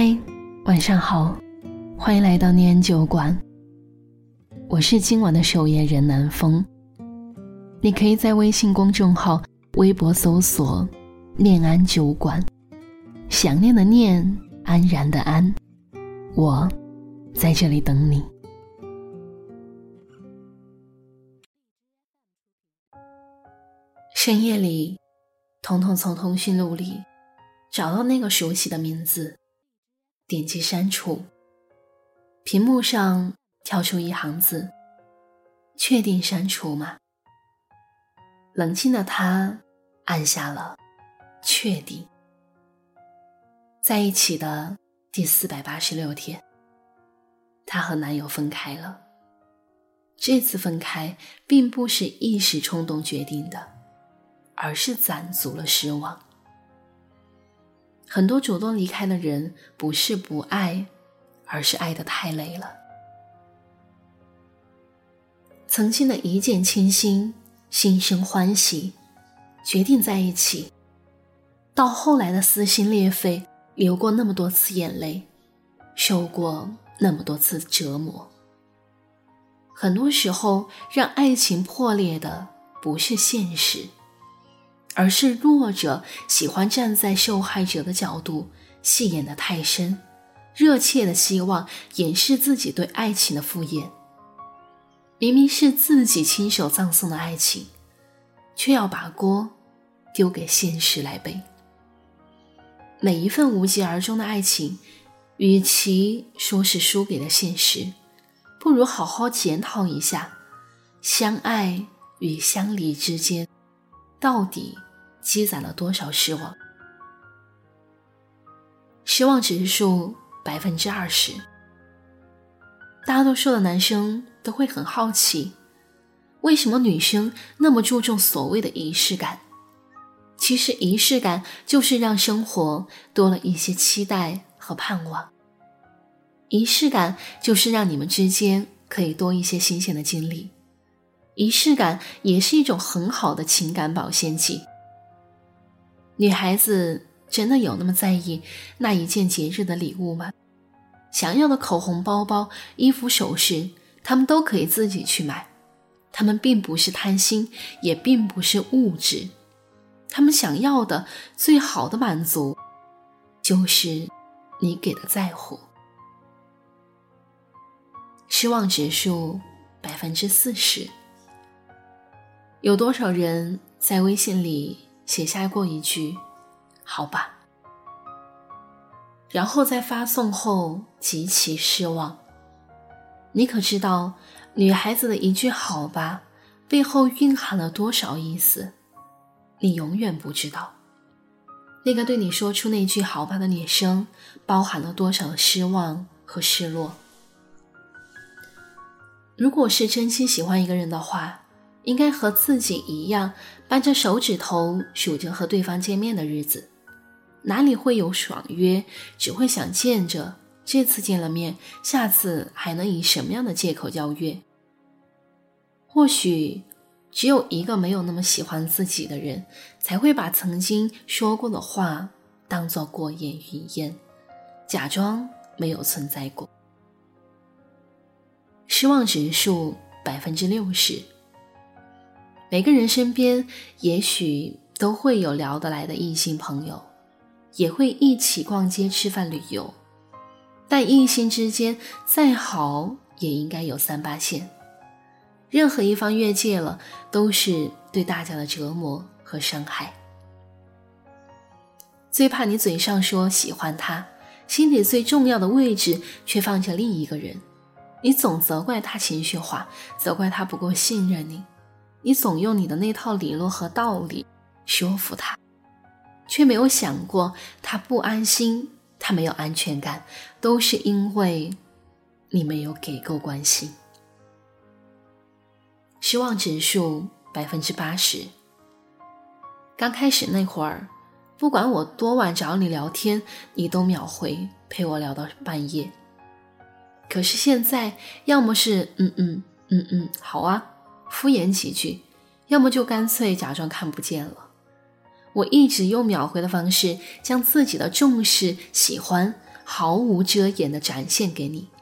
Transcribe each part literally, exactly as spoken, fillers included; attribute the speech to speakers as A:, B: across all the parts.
A: 嗨，晚上好，欢迎来到念安酒馆，我是今晚的守夜人南风。你可以在微信公众号、微博搜索念安酒馆，想念的念，安然的安，我在这里等你。深夜里，彤彤从通讯录里找到那个熟悉的名字，点击删除，屏幕上跳出一行字：确定删除吗？冷静的他按下了确定。在一起的第四百八十六天，她和男友分开了。这次分开并不是一时冲动决定的，而是攒足了失望。很多主动离开的人不是不爱，而是爱得太累了。曾经的一见倾心，心生欢喜，决定在一起，到后来的撕心裂肺，流过那么多次眼泪，受过那么多次折磨。很多时候，让爱情破裂的不是现实，而是弱者喜欢站在受害者的角度，戏演得太深，热切的希望掩饰自己对爱情的敷衍。明明是自己亲手葬送的爱情，却要把锅丢给现实来背。每一份无疾而终的爱情，与其说是输给了现实，不如好好检讨一下，相爱与相离之间到底积攒了多少失望？失望指数百分之二十。大多数的男生都会很好奇，为什么女生那么注重所谓的仪式感？其实仪式感就是让生活多了一些期待和盼望。仪式感就是让你们之间可以多一些新鲜的经历。仪式感也是一种很好的情感保鲜剂。女孩子真的有那么在意那一件节日的礼物吗？想要的口红、包包、衣服、首饰，她们都可以自己去买。她们并不是贪心，也并不是物质。她们想要的最好的满足，就是你给的在乎。失望指数百分之四十。有多少人在微信里写下过一句好吧，然后在发送后极其失望？你可知道女孩子的一句好吧背后蕴含了多少意思？你永远不知道。那个对你说出那句好吧的女生包含了多少的失望和失落。如果是真心喜欢一个人的话，应该和自己一样扳着手指头数着和对方见面的日子，哪里会有爽约，只会想见着，这次见了面，下次还能以什么样的借口邀约？或许只有一个没有那么喜欢自己的人，才会把曾经说过的话当作过眼云烟，假装没有存在过。失望指数百分之六十。每个人身边也许都会有聊得来的异性朋友，也会一起逛街吃饭旅游，但异性之间再好也应该有三八线。任何一方越界了，都是对大家的折磨和伤害。最怕你嘴上说喜欢他，心里最重要的位置却放着另一个人。你总责怪他情绪化，责怪他不够信任你，你总用你的那套理论和道理说服他，却没有想过他不安心，他没有安全感，都是因为你没有给够关心。失望指数百分之八十。刚开始那会儿，不管我多晚找你聊天，你都秒回，陪我聊到半夜。可是现在，要么是嗯嗯嗯嗯好啊，敷衍几句，要么就干脆假装看不见了。我一直用秒回的方式将自己的重视、喜欢毫无遮掩地展现给你。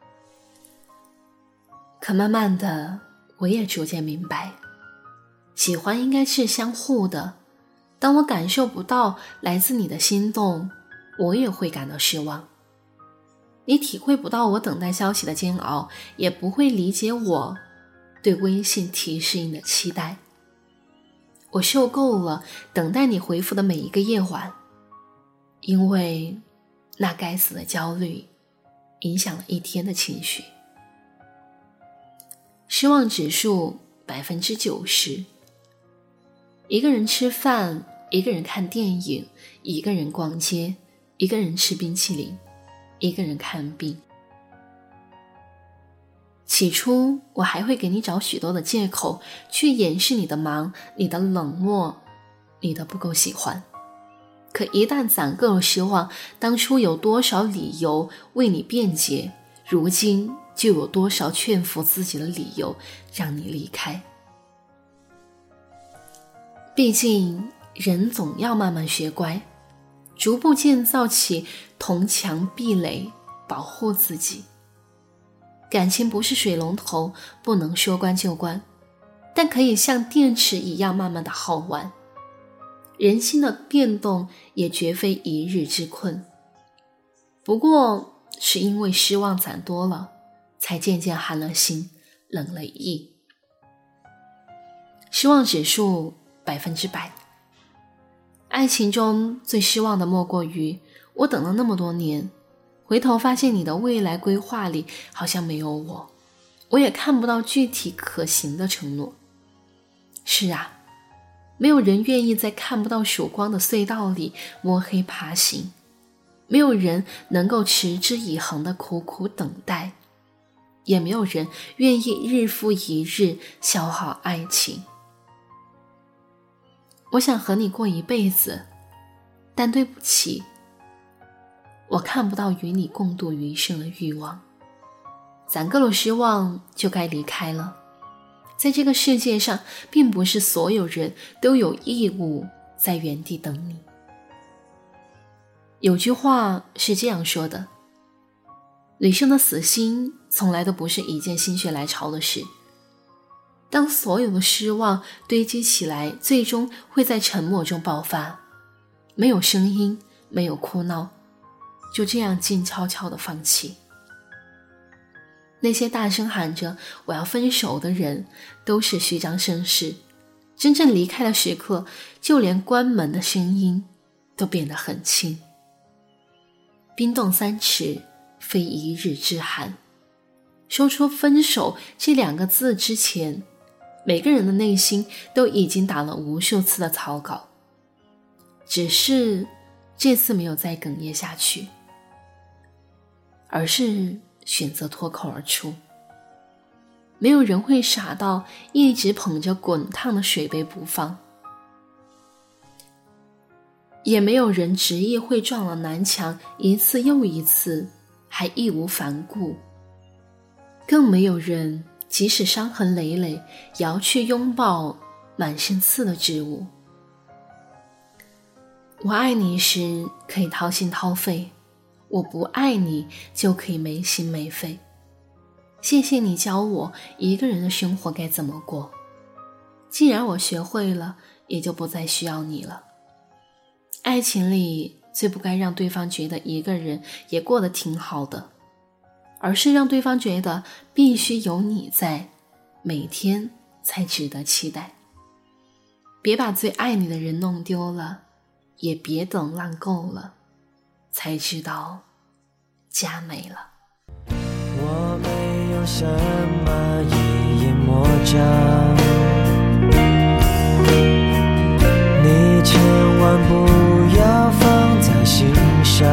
A: 可慢慢的，我也逐渐明白，喜欢应该是相互的。当我感受不到来自你的心动，我也会感到失望。你体会不到我等待消息的煎熬，也不会理解我对微信提示音的期待。我受够了等待你回复的每一个夜晚，因为那该死的焦虑影响了一天的情绪。失望指数 百分之九十。 一个人吃饭，一个人看电影，一个人逛街，一个人吃冰淇淋，一个人看病。起初我还会给你找许多的借口，去掩饰你的忙，你的冷漠，你的不够喜欢。可一旦攒够了失望，当初有多少理由为你辩解，如今就有多少劝服自己的理由让你离开。毕竟人总要慢慢学乖，逐步建造起铜墙壁垒，保护自己。感情不是水龙头，不能说关就关，但可以像电池一样慢慢的耗完。人心的变动也绝非一日之困，不过是因为失望攒多了，才渐渐寒了心，冷了意。失望指数百分之百。爱情中最失望的莫过于我等了那么多年，回头发现你的未来规划里好像没有我，我也看不到具体可行的承诺。是啊，没有人愿意在看不到曙光的隧道里摸黑爬行，没有人能够持之以恒的苦苦等待，也没有人愿意日复一日消耗爱情。我想和你过一辈子，但对不起，我看不到与你共度余生的欲望。攒够了失望就该离开了。在这个世界上，并不是所有人都有义务在原地等你。有句话是这样说的，女生的死心从来都不是一件心血来潮的事。当所有的失望堆积起来，最终会在沉默中爆发，没有声音，没有哭闹，就这样静悄悄地放弃。那些大声喊着我要分手的人，都是虚张声势，真正离开的时刻，就连关门的声音都变得很轻。冰冻三尺，非一日之寒。说出分手这两个字之前，每个人的内心都已经打了无数次的草稿，只是这次没有再哽咽下去，而是选择脱口而出。没有人会傻到一直捧着滚烫的水杯不放，也没有人执意会撞了南墙一次又一次，还义无反顾，更没有人即使伤痕累累，也要去拥抱满身刺的植物。我爱你时可以掏心掏肺，我不爱你就可以没心没肺。谢谢你教我一个人的生活该怎么过，既然我学会了，也就不再需要你了。爱情里最不该让对方觉得一个人也过得挺好的，而是让对方觉得必须有你在，每天才值得期待。别把最爱你的人弄丢了，也别等浪够了才知道家没了。
B: 我没有什么一言魔障，你千万不要放在心上，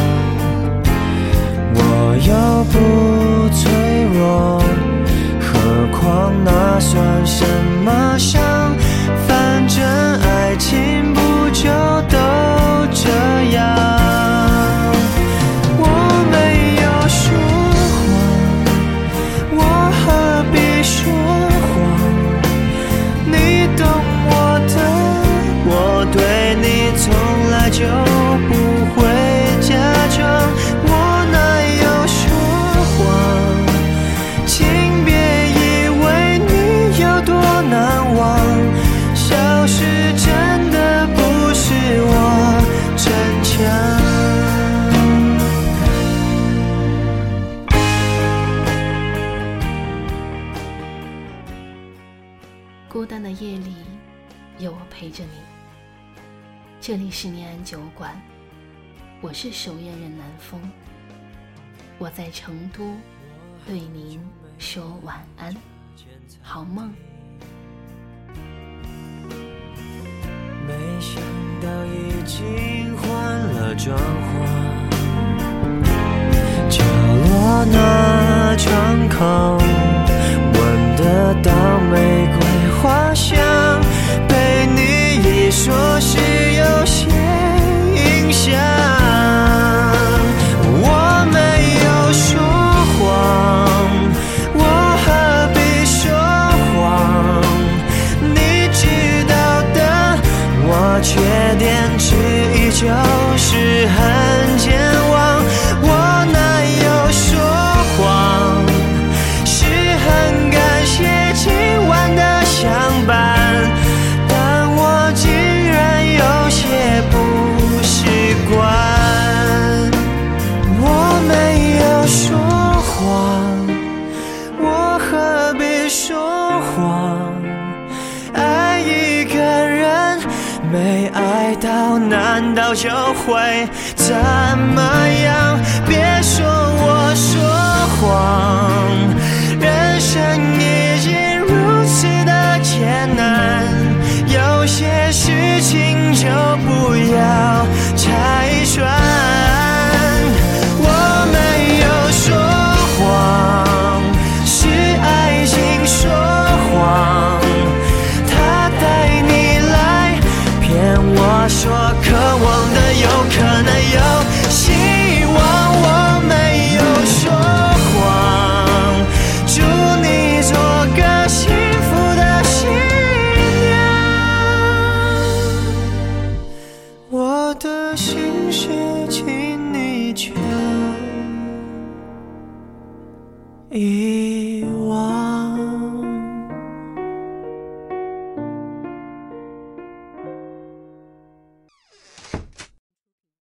B: 我又不脆弱，何况那算什么伤？反正爱情不就都这样。我没有说谎，我何必说谎？你懂我的，我对你从来就不会假装。
A: 这里是念安酒馆，我是守夜人南风，我在成都对您说晚安，好梦。
B: 没想到已经换了装潢，角落那窗口闻得到玫瑰花香，被你一说是有些影响。我没有说谎，我何必说谎？你知道的，我缺点之一就是很健忘。我哪有说谎？是很感谢今晚的相伴，但我竟然有些不习惯。我没有说谎，我何必说谎？爱一个人没爱到，难道就会怎么样？别说我说谎，人生已经如此的艰难，有些事情就